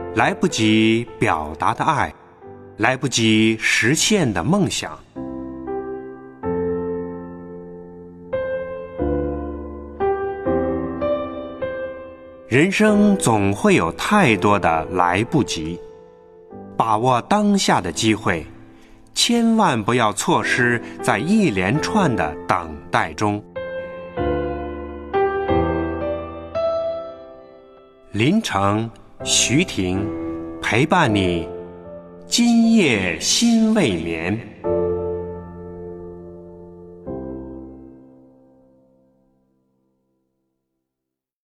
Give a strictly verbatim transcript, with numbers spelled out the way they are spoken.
来不及表达的爱，来不及实现的梦想。人生总会有太多的来不及，把握当下的机会，千万不要错失在一连串的等待中。林城、徐婷陪伴你，今夜心未眠。